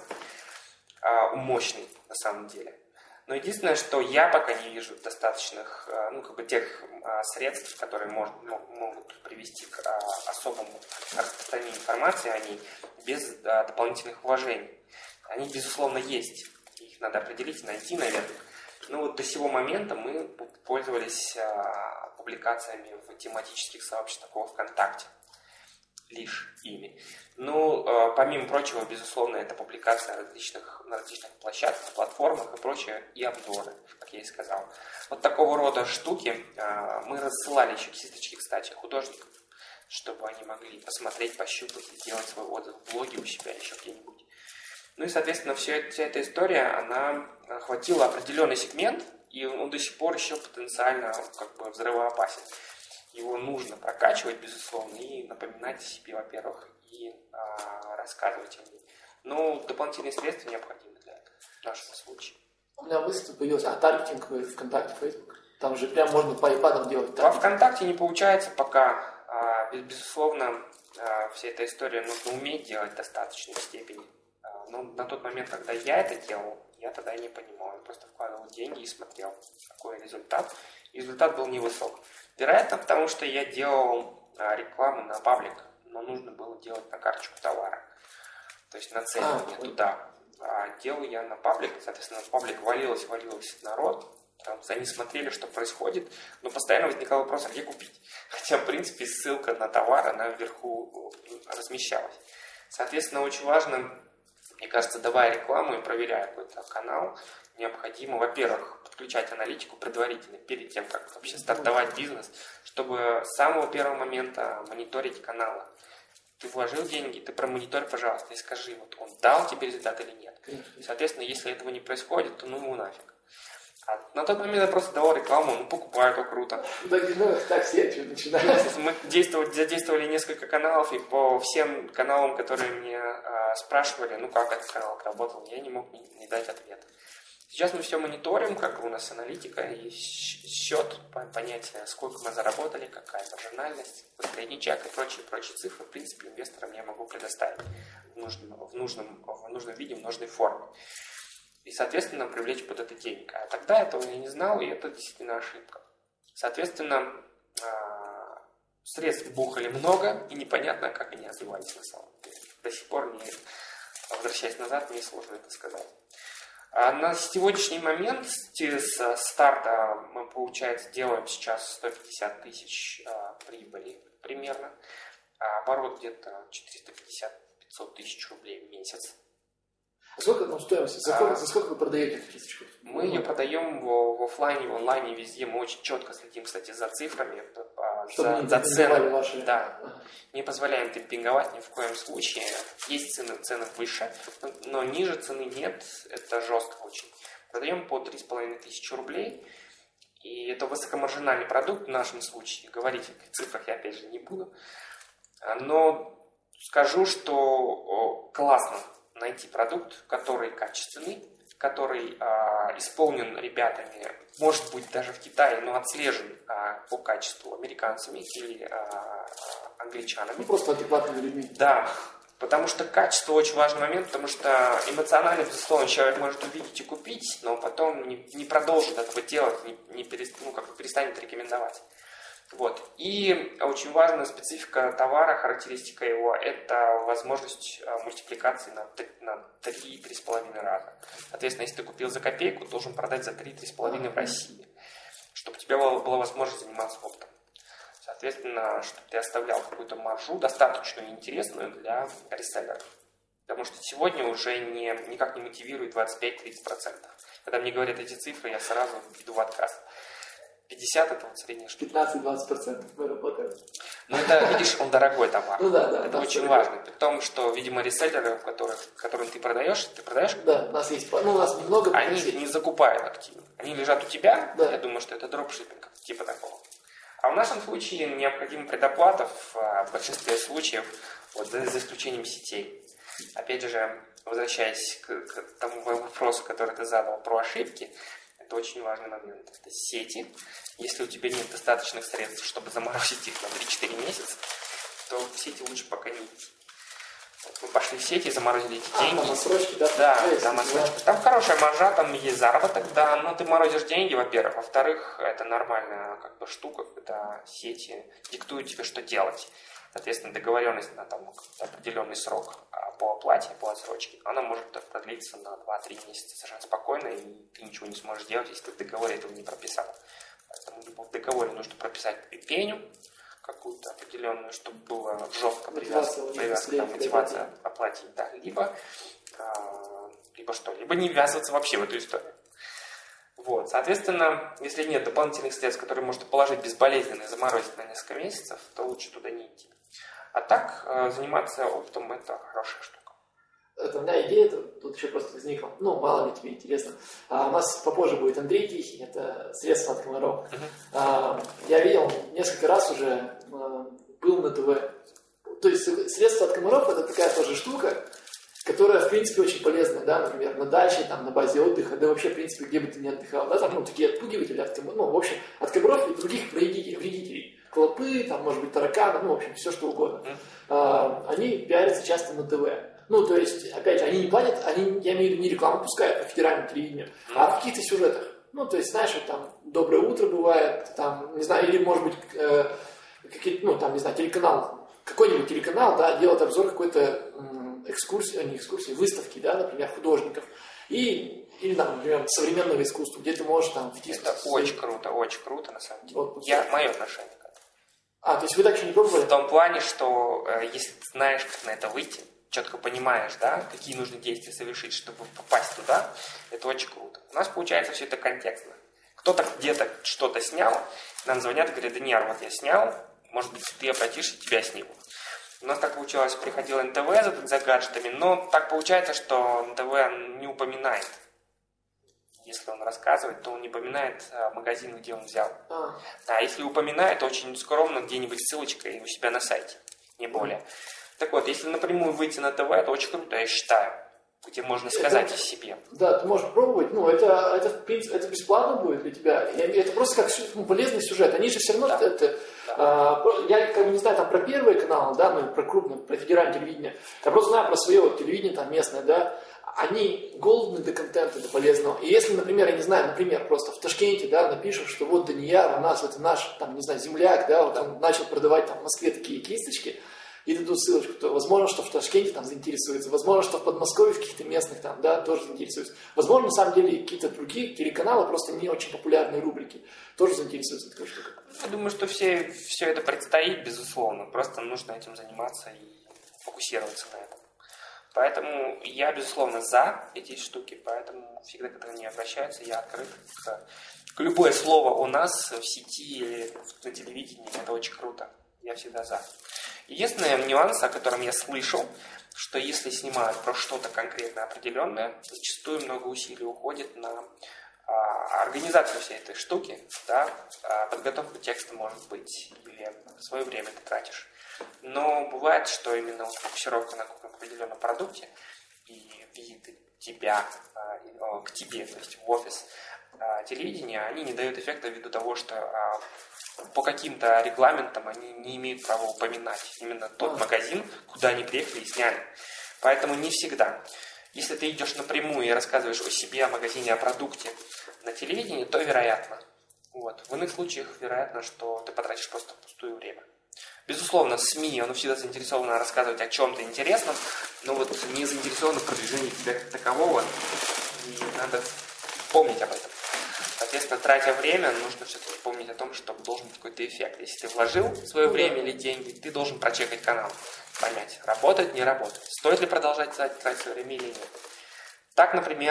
мощный на самом деле. Но единственное, что я пока не вижу достаточных, ну, как бы тех средств, которые могут привести к особому распространению информации о ней без дополнительных вложений. Они, безусловно, есть. Их надо определить, найти, наверное. Но вот до сего момента мы пользовались публикациями в тематических сообществах во ВКонтакте. Лишь ими. Ну, помимо прочего, безусловно, это публикация на различных площадках, платформах и прочее, и обзоры, как я и сказал. Вот такого рода штуки мы рассылали еще кисточки, кстати, художникам, чтобы они могли посмотреть, пощупать и сделать свой отзыв в блоге у себя еще где-нибудь. Ну и, соответственно, вся эта история, она охватила определенный сегмент, и он до сих пор еще потенциально как бы взрывоопасен. Его нужно прокачивать, безусловно, и напоминать о себе, во-первых, и рассказывать о ней. Но дополнительные средства необходимы для этого, в нашем случае. У меня мысль появилась, таргетинг в ВКонтакте, Facebook. Там же прям можно по iPad делать таргетинг. Во ВКонтакте не получается пока. Безусловно, вся эта история нужно уметь делать в достаточной степени. Но на тот момент, когда я это делал, я тогда не понимал. Я просто вкладывал деньги и смотрел, какой результат. И результат был невысок. Вероятно, потому что я делал рекламу на паблик, но нужно было делать на карточку товара. То есть нацеливание туда. Делал я на паблик, соответственно, в паблик валилось народ. Они смотрели, что происходит, но постоянно возникал вопрос, а где купить? Хотя, в принципе, ссылка на товар, она вверху размещалась. Соответственно, очень важно, мне кажется, давая рекламу и проверяя какой-то канал, необходимо, во-первых, подключать аналитику предварительно, перед тем, как вообще стартовать бизнес, чтобы с самого первого момента мониторить каналы. Ты вложил деньги, ты промониторь, пожалуйста, и скажи, вот он дал тебе результат или нет. И, соответственно, если этого не происходит, то ну ему нафиг. А на тот момент я просто давал рекламу, покупаю, как круто. Так все начинали. Мы задействовали несколько каналов, и по всем каналам, которые мне спрашивали, как этот канал работал, я не мог не дать ответа. Сейчас мы все мониторим, как у нас аналитика, и счет, понятие, сколько мы заработали, какая маржинальность, последний чек и прочие цифры, в принципе, инвесторам я могу предоставить в нужном виде, в нужной форме. И, соответственно, привлечь под это денег. А тогда этого я не знал, и это действительно ошибка. Соответственно, средств бухали много, и непонятно, как они отбивались на самом деле. До сих пор, возвращаясь назад, мне сложно это сказать. А на сегодняшний момент с старта мы, получается, делаем сейчас 150 тысяч прибыли примерно, а оборот где-то 450-500 тысяч рублей в месяц. А сколько стоимость? За сколько вы продаете эту физичку? Мы ее продаем в офлайне, в онлайне, везде. Мы очень четко следим, кстати, за цифрами, за ценами. Ваши... Да. Не позволяем демпинговать ни в коем случае. Есть цены выше, но ниже цены нет. Это жестко очень. Продаем по 3500 рублей. И это высокомаржинальный продукт в нашем случае. Говорить о цифрах я опять же не буду. Но скажу, что классно найти продукт, который качественный, который исполнен ребятами, может быть даже в Китае, но отслежен по качеству американцами или англичанами. Просто адекватными людьми. Да, потому что качество очень важный момент, потому что эмоционально, безусловно, человек может увидеть и купить, но потом не продолжит этого делать, перестанет рекомендовать. Вот. И очень важная специфика товара, характеристика его, это возможность мультипликации на 3-3,5 раза. Соответственно, если ты купил за копейку, должен продать за 3-3,5 в России, чтобы у тебя была возможность заниматься оптом. Соответственно, чтобы ты оставлял какую-то маржу, достаточную и интересную для реселлеров. Потому что сегодня уже никак не мотивирует 25-30%. Когда мне говорят эти цифры, я сразу иду в отказ. 50 это вот средняя штука. 15-20% мы работаем. Ну, это, видишь, он дорогой товар. Да. Это очень важно. При том, что, видимо, реселлеры, которым ты продаешь? Да, у нас есть, у нас немного. Они не закупают активно. Они лежат у тебя, да. Я думаю, что это дропшиппинг, типа такого. А в нашем случае необходима предоплата в большинстве случаев, вот, за исключением сетей. Опять же, возвращаясь к тому вопросу, который ты задал про ошибки, это очень важный момент. Это сети. Если у тебя нет достаточных средств, чтобы заморозить их на 3-4 месяца, то в сети лучше пока не идти. Вот мы пошли в сети, заморозили эти деньги. Там отсрочки, да? Да, там отсрочки. Там хорошая маржа, там есть заработок, да, но ты морозишь деньги, во-первых. Во-вторых, это нормальная штука, когда сети диктуют тебе, что делать. Соответственно, договоренность на определенный срок по оплате, по отсрочке, она может продлиться на 2-3 месяца совершенно спокойно, и ты ничего не сможешь делать, если ты в договоре этого не прописал. Поэтому либо в договоре нужно прописать пеню какую-то определенную, чтобы было жестко привязка, мотивация оплатить, да, либо не ввязываться вообще в эту историю. Вот, соответственно, если нет дополнительных средств, которые можно положить безболезненно и заморозить на несколько месяцев, то лучше туда не идти. А так, заниматься оптом – это хорошая штука. Это у меня идея тут еще просто возникла. Мало ли тебе интересно. У нас попозже будет Андрей Тихий, это средства от комаров. Я видел несколько раз уже, был на ТВ. То есть средства от комаров – это такая тоже штука, которая, в принципе, очень полезная, да, например, на даче, там, на базе отдыха, да вообще, в принципе, где бы ты ни отдыхал, да, там, ну, такие отпугиватели, ну, в общем, от комаров и других вредителей, клопы, там, может быть, тараканы, ну, в общем, все что угодно. Они пиарятся часто на ТВ. Ну, то есть, опять же, они не платят, я имею в виду, не рекламу пускают по федеральному телевидению, а в каких-то сюжетах. Ну, то есть, знаешь, вот там «Доброе утро» бывает, там, не знаю, или, может быть, какие-то, ну, там, не знаю, телеканал, какой-нибудь телеканал, да, делает обзор какой-то экскурсии, не экскурсии, выставки, да, например, художников. Или, там, например, современного искусства, где ты можешь там... Это очень круто, на самом деле. Вот, Мое отношение к этому. то есть вы так еще не пробовали? В том плане, что если ты знаешь, как на это выйти, четко понимаешь, да, какие нужно действия совершить, чтобы попасть туда, это очень круто. У нас получается все это контекстно. Кто-то где-то что-то снял, нам звонят и говорят: Даниил, вот я снял, может быть, ты обратишься, тебя снимут. У нас так получалось, приходил НТВ за гаджетами, но так получается, что НТВ не упоминает. Если он рассказывает, то он не упоминает магазин, где он взял. А если упоминает, то очень скромно, где-нибудь ссылочкой у себя на сайте, не более. Так вот, если напрямую выйти на ТВ, это очень круто, я считаю, где можно сказать о себе. Да, ты можешь пробовать, ну, это в принципе, это бесплатно будет для тебя. Это просто как полезный сюжет. Они же все равно, я как бы не знаю там про первые каналы, да, ну, про крупное, про федеральное телевидение. Я просто знаю про свое вот, телевидение там местное, да. Они голодны до контента, до полезного. И если, например, я не знаю, например, просто в Ташкенте, да, напишут, что вот Данияр у нас, это наш, там, не знаю, земляк, да, вот он начал продавать там в Москве такие кисточки, и дадут ссылочку, то возможно, что в Ташкенте там заинтересуются, возможно, что в Подмосковье, в каких-то местных там, да, тоже заинтересуются. Возможно, на самом деле, какие-то другие телеканалы, просто не очень популярные рубрики, тоже заинтересуются такой штукой. Я думаю, что все это предстоит, безусловно, просто нужно этим заниматься и фокусироваться на этом. Поэтому я, безусловно, за эти штуки, поэтому всегда, когда они обращаются, я открыт к любое слово у нас в сети или на телевидении, это очень круто. Я всегда за. Единственный нюанс, о котором я слышал, что если снимают про что-то конкретно определенное, зачастую много усилий уходит на организацию всей этой штуки, да, подготовку текста, может быть, или свое время ты тратишь. Но бывает, что именно фокусировка на каком-то определенном продукте и визиты тебя к тебе, то есть в офис телевидения, они не дают эффекта ввиду того, что по каким-то регламентам они не имеют права упоминать именно тот магазин, куда они приехали и сняли. Поэтому не всегда. Если ты идешь напрямую и рассказываешь о себе, о магазине, о продукте на телевидении, то вероятно. Вот. В иных случаях вероятно, что ты потратишь просто пустое время. Безусловно, СМИ, оно всегда заинтересовано рассказывать о чем-то интересном, но вот не заинтересовано в продвижении тебя как такового, и надо помнить об этом. Соответственно, тратя время, нужно все-таки помнить о том, что должен быть какой-то эффект. Если ты вложил свое время или деньги, ты должен прочекать канал, понять, работает, не работает, стоит ли продолжать тратить свое время или нет. Так, например,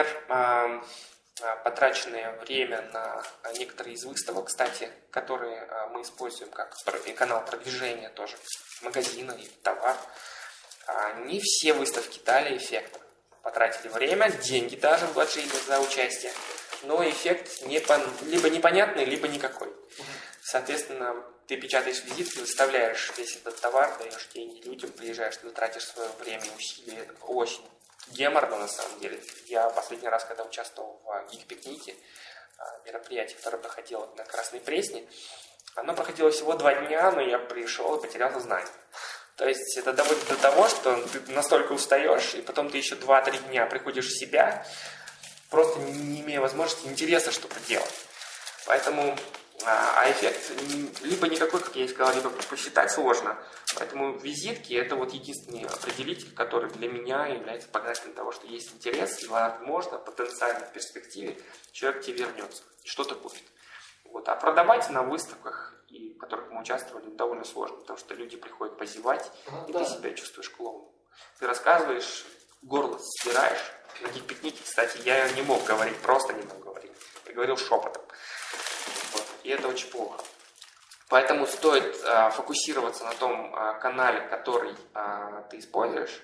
потраченное время на некоторые из выставок, кстати, которые мы используем как канал продвижения тоже магазина и товар, не все выставки дали эффект. Потратили время, деньги даже вложили за участие, но эффект либо непонятный, либо никакой. Соответственно, ты печатаешь визитки, выставляешь весь этот товар, даешь деньги людям, приезжаешь, ты тратишь свое время и усилия. Очень геморно на самом деле. Я последний раз, когда участвовал в гик-пикнике, мероприятие, которое проходило на Красной Пресне, оно проходило всего 2 дня, но я пришел и потерял сознание. То есть это доводит до того, что ты настолько устаешь, и потом ты еще 2-3 дня приходишь в себя, просто не имея возможности, интереса что-то делать. Поэтому эффект либо никакой, как я и сказал, либо посчитать сложно. Поэтому визитки – это вот единственный определитель, который для меня является показателем того, что есть интерес, и, возможно, потенциально в перспективе человек к тебе вернется и что-то купит. Вот. А продавать на выставках, в которых мы участвовали, довольно сложно, потому что люди приходят позевать, и ты себя чувствуешь клоуном. Ты рассказываешь, горло стираешь. На гик-пикнике, кстати, я не мог говорить, просто не мог говорить. Я говорил шепотом. Вот. И это очень плохо. Поэтому стоит фокусироваться на том канале, который ты используешь,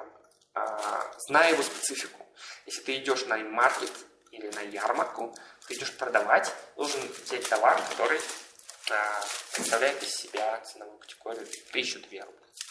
зная его специфику. Если ты идешь на маркет или на ярмарку, ты идешь продавать, должен взять товар, который представляет из себя ценовую категорию 1002 рубля.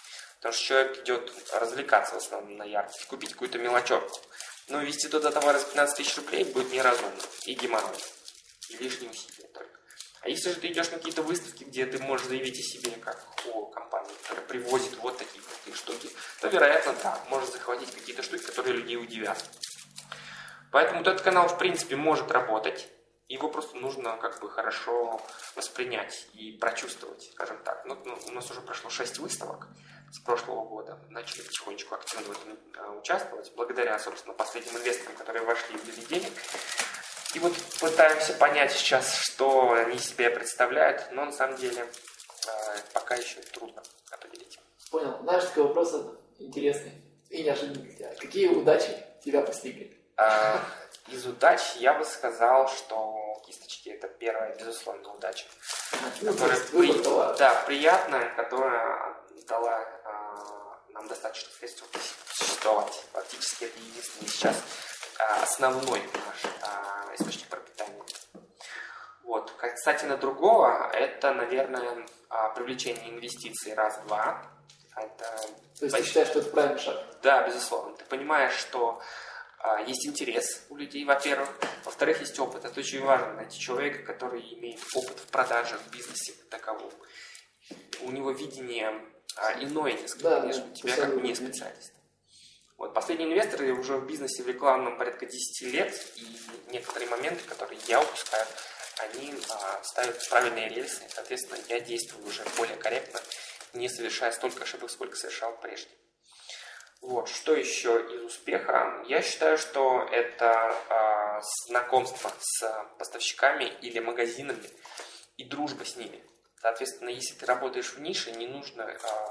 Потому что человек идет развлекаться в основном на ярмарке, купить какую-то мелочевку. Но везти туда товары за 15 тысяч рублей будет неразумно. И геморрой. И лишние усилия только. А если же ты идешь на какие-то выставки, где ты можешь заявить о себе как о компании, которая привозит вот такие крутые штуки, то, вероятно, да, может захватить какие-то штуки, которые людей удивят. Поэтому вот этот канал, в принципе, может работать. Его просто нужно как бы хорошо воспринять и прочувствовать, скажем так. Ну, у нас уже прошло 6 выставок с прошлого года. Начали потихонечку активно в этом участвовать, благодаря, собственно, последним инвесторам, которые вошли и ввели денег. И вот пытаемся понять сейчас, что они из себя представляют, но на самом деле пока еще трудно определить. Понял. Знаешь, такой вопрос интересный и неожиданный для тебя. Какие удачи тебя постигли? Из удач я бы сказал, что кисточки это первая, безусловно, удача. Которая приятная, которая дала нам достаточно средств существовать. Фактически это единственный сейчас основной наш источник пропитания. Вот. Касательно другого, это, наверное, привлечение инвестиций раз-два. То есть ты считаешь, что это правильный шаг? Да, безусловно. Ты понимаешь, что есть интерес у людей, во-первых. Во-вторых, есть опыт. Это очень важно, найти человека, который имеет опыт в продаже, в бизнесе таковом. У него видение иное несколько, нежели у тебя, как не специалиста. Вот. Последние инвесторы уже в бизнесе в рекламном порядка 10 лет, и некоторые моменты, которые я упускаю, они ставят правильные рельсы. Соответственно, я действую уже более корректно, не совершая столько ошибок, сколько совершал прежде. Вот. Что еще из успеха? Я считаю, что это знакомство с поставщиками или магазинами и дружба с ними. Соответственно, если ты работаешь в нише, не нужно,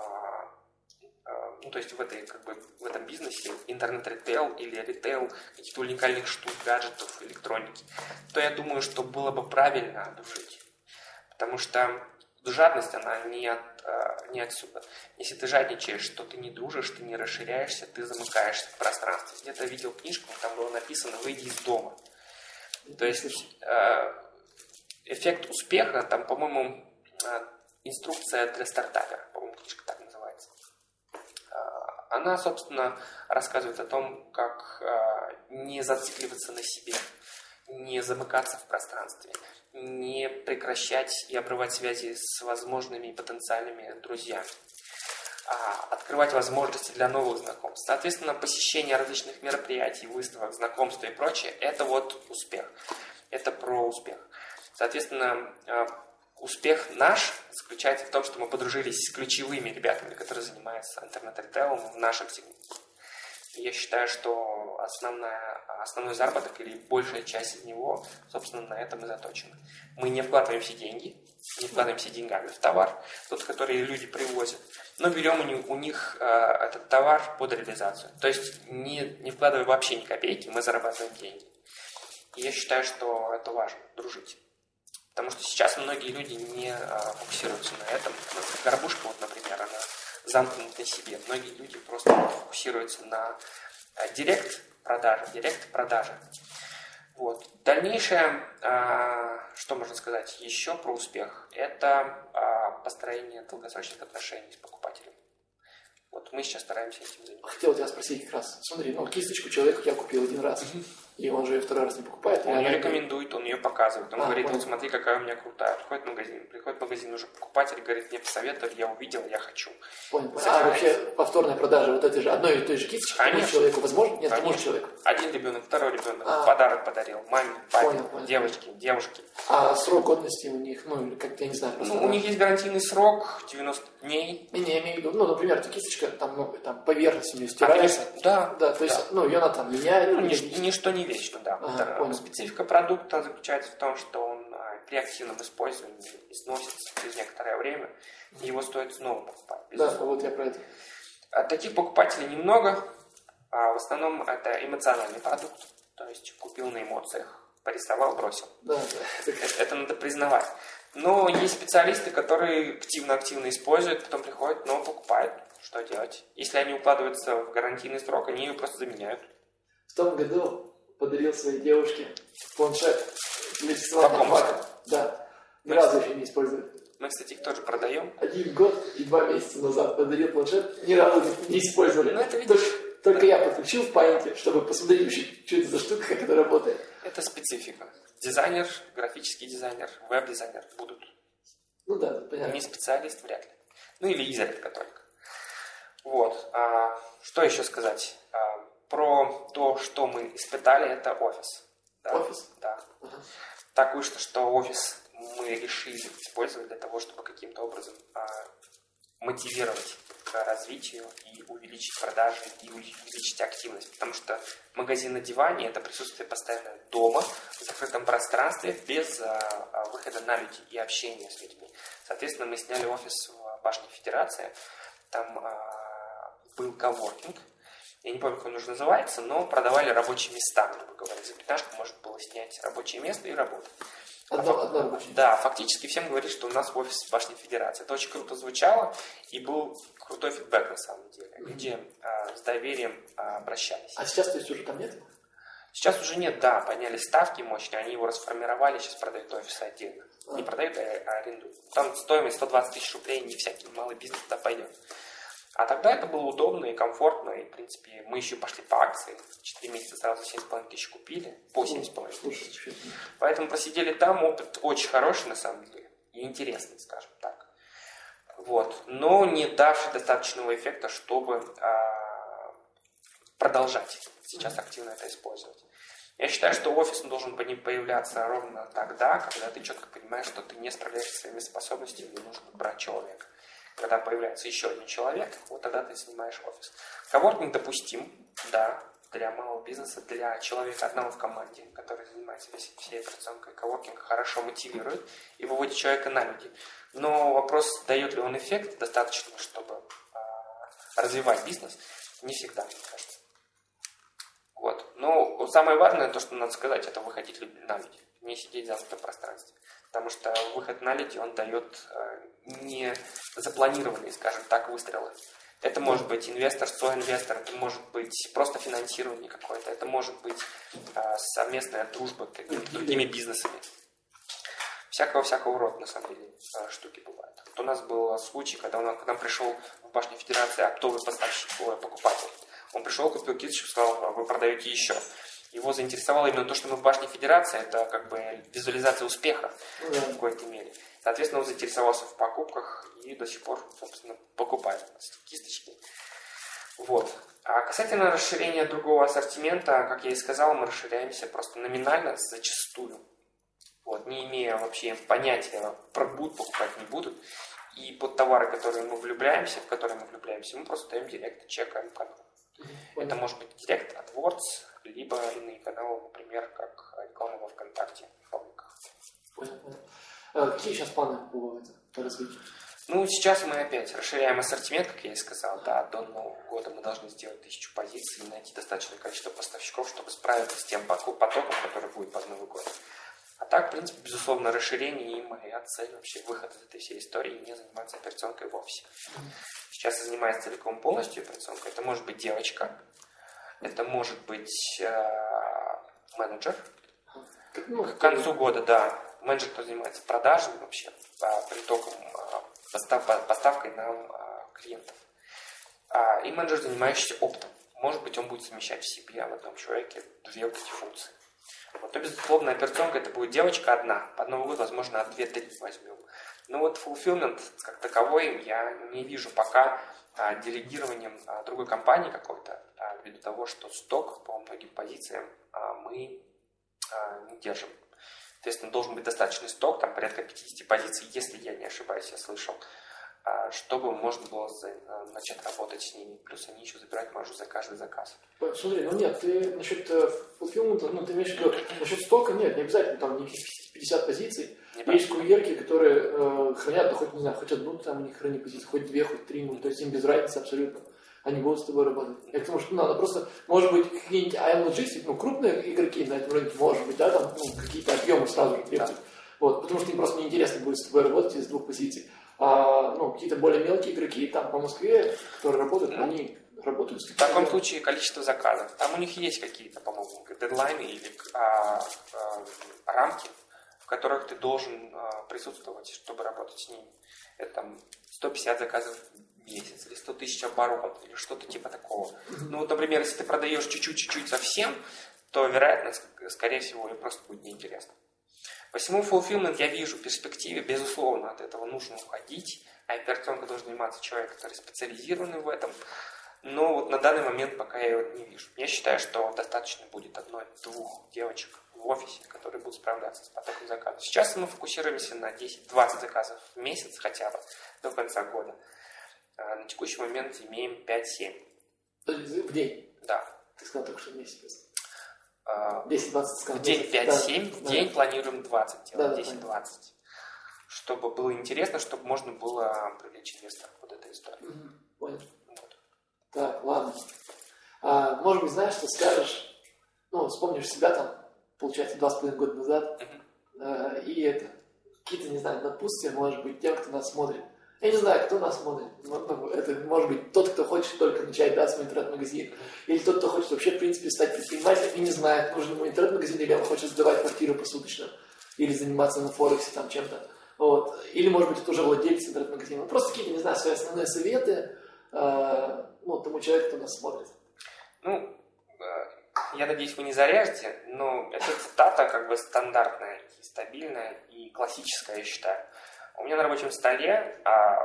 то есть в этом бизнесе интернет-ритейл или ритейл каких-то уникальных штук, гаджетов, электроники, то я думаю, что было бы правильно дружить. Потому что жадность, она не отсюда. Если ты жадничаешь, то ты не дружишь, ты не расширяешься, ты замыкаешься в пространстве. Где-то видел книжку, там было написано «Выйди из дома». То есть эффект успеха, там, по-моему, инструкция для стартапера, по-моему, книжка так называется. Она, собственно, рассказывает о том, как не зацикливаться на себе, не замыкаться в пространстве, не прекращать и обрывать связи с возможными и потенциальными друзьями, открывать возможности для новых знакомств. Соответственно, посещение различных мероприятий, выставок, знакомства и прочее – это вот успех. Это про успех. Соответственно, успех наш заключается в том, что мы подружились с ключевыми ребятами, которые занимаются интернет-ритейлом в нашем сегменте. И я считаю, что основной заработок или большая часть из него, собственно, на этом и заточена. Мы не вкладываемся деньгами в товар, тот, который люди привозят, но берем у них этот товар под реализацию. То есть не вкладывая вообще ни копейки, мы зарабатываем деньги. И я считаю, что это важно, дружить. Потому что сейчас многие люди не фокусируются на этом. Горбушка, вот, например, она замкнута на себе. Многие люди просто фокусируются на директ-продаже. Вот. Дальнейшее, что можно сказать еще про успех, это построение долгосрочных отношений с покупателем. Вот мы сейчас стараемся этим заниматься. Хотел тебя спросить как раз. Смотри, кисточку человек я купил один раз, и он же ее второй раз не покупает. Он ее рекомендует, он ее показывает. Он говорит, вот смотри, какая у меня крутая. Приходит в магазин уже покупатель, говорит, мне посоветовали, я увидел, я хочу. Понял. Вообще повторная продажа вот этой же одной и той же кисточки человеку возможно? Нет, конечно. Человек. Один ребенок, второй ребенок, подарок подарил, маме, папе, девочке, девушке. А срок годности у них, или как я не знаю. У них есть гарантийный срок 90 дней. Не, я имею в виду, например, эта кисточка, там поверхность у нее стирается. Да, то есть, ее она там меняет. Ничто не вечно, да. Специфика продукта заключается в том, что он при активном использовании износится через некоторое время, и его стоит снова покупать. Да, вот я про это. Таких покупателей немного, в основном это эмоциональный продукт, то есть купил на эмоциях, порисовал, бросил. Да. Это надо признавать. Но есть специалисты, которые активно используют, потом приходят, но покупают. Что делать? Если они укладываются в гарантийный срок, они ее просто заменяют. В том году подарил своей девушке планшет для рисования фактов. Да. Ни разу еще не использует. Мы, кстати, их тоже продаем. 1 год и 2 месяца назад подарил планшет, ни разу не использовали. Ну, это видишь. Только я подключил в Paint, чтобы посмотреть вообще, что это за штука, как это работает. Это специфика. Дизайнер, графический дизайнер, веб-дизайнер будут. Ну да, понятно. Не специалист вряд ли. Ну или изредка только. Вот. Что еще сказать? Про то, что мы испытали, это офис. Да? Офис? Да. Ага. Так вышло, что офис мы решили использовать для того, чтобы каким-то образом мотивировать к развитию и увеличить продажи, и увеличить активность. Потому что магазин на диване – это присутствие постоянно дома, в закрытом пространстве, без выхода на люди и общения с людьми. Соответственно, мы сняли офис в Башне Федерации. Там был коворкинг. Я не помню, как он уже называется, но продавали рабочие места, грубо говоря. За пятнашку можно было снять рабочее место и работать. Одно рабочее. Да, фактически всем говорит, что у нас офис в Башне Федерации. Это очень круто звучало, и был крутой фидбэк на самом деле. Люди с доверием обращались. А сейчас, то есть, уже там нет? Сейчас уже нет, да, подняли ставки мощные, они его расформировали, сейчас продают офисы отдельно. Не продают, а арендуют. Там стоимость 120 тысяч рублей, не всякий малый бизнес туда пойдет. А тогда это было удобно и комфортно, и, в принципе, мы еще пошли по акции. 4 месяца сразу 7,5 тысяч купили, по 7,5 тысяч. Поэтому посидели там, опыт очень хороший, на самом деле, и интересный, скажем так. Вот. Но не давший достаточного эффекта, чтобы продолжать сейчас активно это использовать. Я считаю, что офис должен появляться ровно тогда, когда ты четко понимаешь, что ты не справляешься со своими способностями, и нужно брать человека. Когда появляется еще один человек, вот тогда ты снимаешь офис. Коворкинг допустим, да, для малого бизнеса, для человека одного в команде, который занимается всей операционкой. Коворкинг хорошо мотивирует и выводит человека на люди. Но вопрос, дает ли он эффект достаточно, чтобы развивать бизнес, не всегда, мне кажется. Вот. Но самое важное, то, что надо сказать, это выходить на люди, не сидеть в замкнутом пространстве. Потому что выход на люди, он дает не запланированные, скажем так, выстрелы. Это может быть инвестор, соинвестор, это может быть просто финансирование какое-то, это может быть совместная дружба с другими бизнесами. Всякого рода, на самом деле, штуки бывают. Вот у нас был случай, когда к нам пришел в Башню Федерации оптовый покупатель. Он пришел, купил кисточку, сказал, вы продаете еще. Его заинтересовало именно то, что мы в Башне Федерации, это как бы визуализация успеха в какой-то мере. Соответственно, он заинтересовался в покупках и до сих пор, собственно, покупает у нас кисточки. Вот. А касательно расширения другого ассортимента, как я и сказал, мы расширяемся просто номинально зачастую. Вот, не имея вообще понятия, будут покупать, не будут. И под товары, в которые мы влюбляемся, мы просто даем директ, чекаем канал. Это может быть директ, AdWords, либо иные каналы, например, как реклама во ВКонтакте, в роликах. Понял. Какие сейчас планы по развитию? Ну, сейчас мы опять расширяем ассортимент, как я и сказал. Да, до Нового года мы должны сделать 1000 позиций и найти достаточное количество поставщиков, чтобы справиться с тем потоком, который будет под Новый год. А так, в принципе, безусловно, расширение и моя цель вообще выход из этой всей истории и не заниматься операционкой вовсе. Сейчас я занимаюсь целиком полностью операционкой. Это может быть девочка, это может быть менеджер. К концу года, да, менеджер, кто занимается продажами вообще, притоком, поставкой нам клиентов. И менеджер, занимающийся оптом. Может быть, он будет совмещать в себе в одном человеке 2 вот эти функции. Вот, то, безусловно, операционка это будет девочка одна. Под Новый год, возможно, 2-3 возьмем. Но вот fulfillment как таковой я не вижу пока делегированием другой компании какой-то, ввиду того, что сток по многим позициям мы не держим. Соответственно, должен быть достаточный сток, там порядка 50 позиций, если я не ошибаюсь, я слышал, чтобы можно было начать работать с ними. Плюс они еще забирать маржу за каждый заказ. Смотри, нет, ты насчет fulfillment, ты имеешь в виду, насчет стока нет, не обязательно там никаких 50 позиций. Есть курьерки, которые хранят, да хоть, не знаю, хоть одну там у них храни позицию, хоть 2, хоть 3, то есть им без разницы абсолютно. Они будут с тобой работать. Я к тому, что надо просто, может быть, какие-нибудь IM Logistics, крупные игроки на этом рынке, может быть, да, там какие-то объемы сразу же требуют. Вот, потому что им просто неинтересно будет с тобой работать из 2 позиций. Какие-то более мелкие игроки там по Москве, которые работают, они работают с В таком случае количество заказов. Там у них есть какие-то, по-моему, дедлайны или рамки, в которых ты должен присутствовать, чтобы работать с ними. Это там 150 заказов в месяц, или 100 тысяч оборот, или что-то типа такого. Ну вот, например, если ты продаешь чуть-чуть совсем, то, вероятно, скорее всего, им просто будет неинтересно. Посему fulfillment я вижу в перспективе, безусловно, от этого нужно уходить, а операционка должен заниматься человек, который специализированный в этом. Но вот на данный момент пока я его не вижу. Я считаю, что достаточно будет 1-2 девочек в офисе, которые будут справляться с потоком заказов. Сейчас мы фокусируемся на 10-20 заказов в месяц хотя бы до конца года. На текущий момент имеем 5-7. В день? Да. Ты сказал только что в месяц. 10-20 сказал. В день 5-7, в день планируем 20 делать, 10-20. Чтобы было интересно, чтобы можно было привлечь инвесторов под эту историю. Понял. Вот. Так, ладно. Может быть, знаешь, что скажешь, вспомнишь себя там, получается, 2,5 года назад, и это, какие-то, не знаю, напутствия, может быть, тем, кто нас смотрит. Я не знаю, кто нас смотрит. Это может быть тот, кто хочет только начать, свой интернет-магазин. Или тот, кто хочет вообще, в принципе, стать предпринимателем и не знает, нужен ему интернет-магазин, или он хочет сдавать квартиру посуточно, или заниматься на Форексе там чем-то. Вот. Или, может быть, это уже владелец интернет-магазина. Просто какие-то, не знаю, свои основные советы тому человеку, кто нас смотрит. Я надеюсь, вы не заряжете, но эта цитата как бы стандартная, и стабильная и классическая, я считаю. У меня на рабочем столе,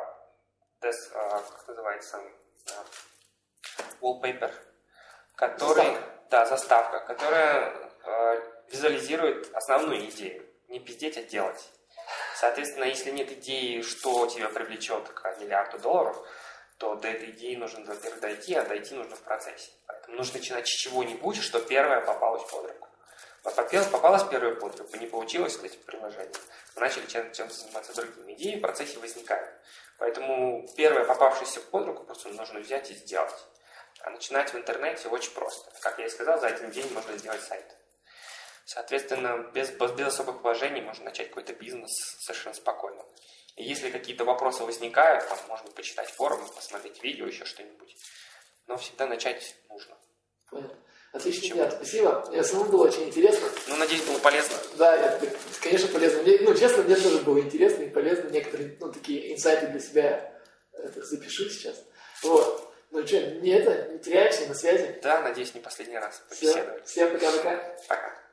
как называется, wallpaper, который, заставка, которая визуализирует основную идею. Не пиздеть, а делать. Соответственно, если нет идеи, что тебя привлечет к $1 миллиарду, то до этой идеи нужно, во-первых, дойти, а дойти нужно в процессе. Поэтому нужно начинать с чего-нибудь, что первое попалось под руку. Вот попалось первое под руку, не получилось с этим приложением. Мы начали чем-то заниматься другими. Идеи в процессе возникают. Поэтому первое попавшееся под руку просто нужно взять и сделать. А начинать в интернете очень просто. Как я и сказал, за один день можно сделать сайт. Соответственно, без особых вложений можно начать какой-то бизнес совершенно спокойно. И если какие-то вопросы возникают, там можно почитать форумы, посмотреть видео, еще что-нибудь. Но всегда начать нужно. Понятно. Отлично, Илья, спасибо. Мне самому было очень интересно. Надеюсь, было полезно. Да, это, конечно, полезно. Честно, мне тоже было интересно и полезно. Некоторые, такие инсайты для себя запишу сейчас. Вот. Не теряемся, на связи. Да, надеюсь, не последний раз побеседовали. Всем пока-пока. Пока.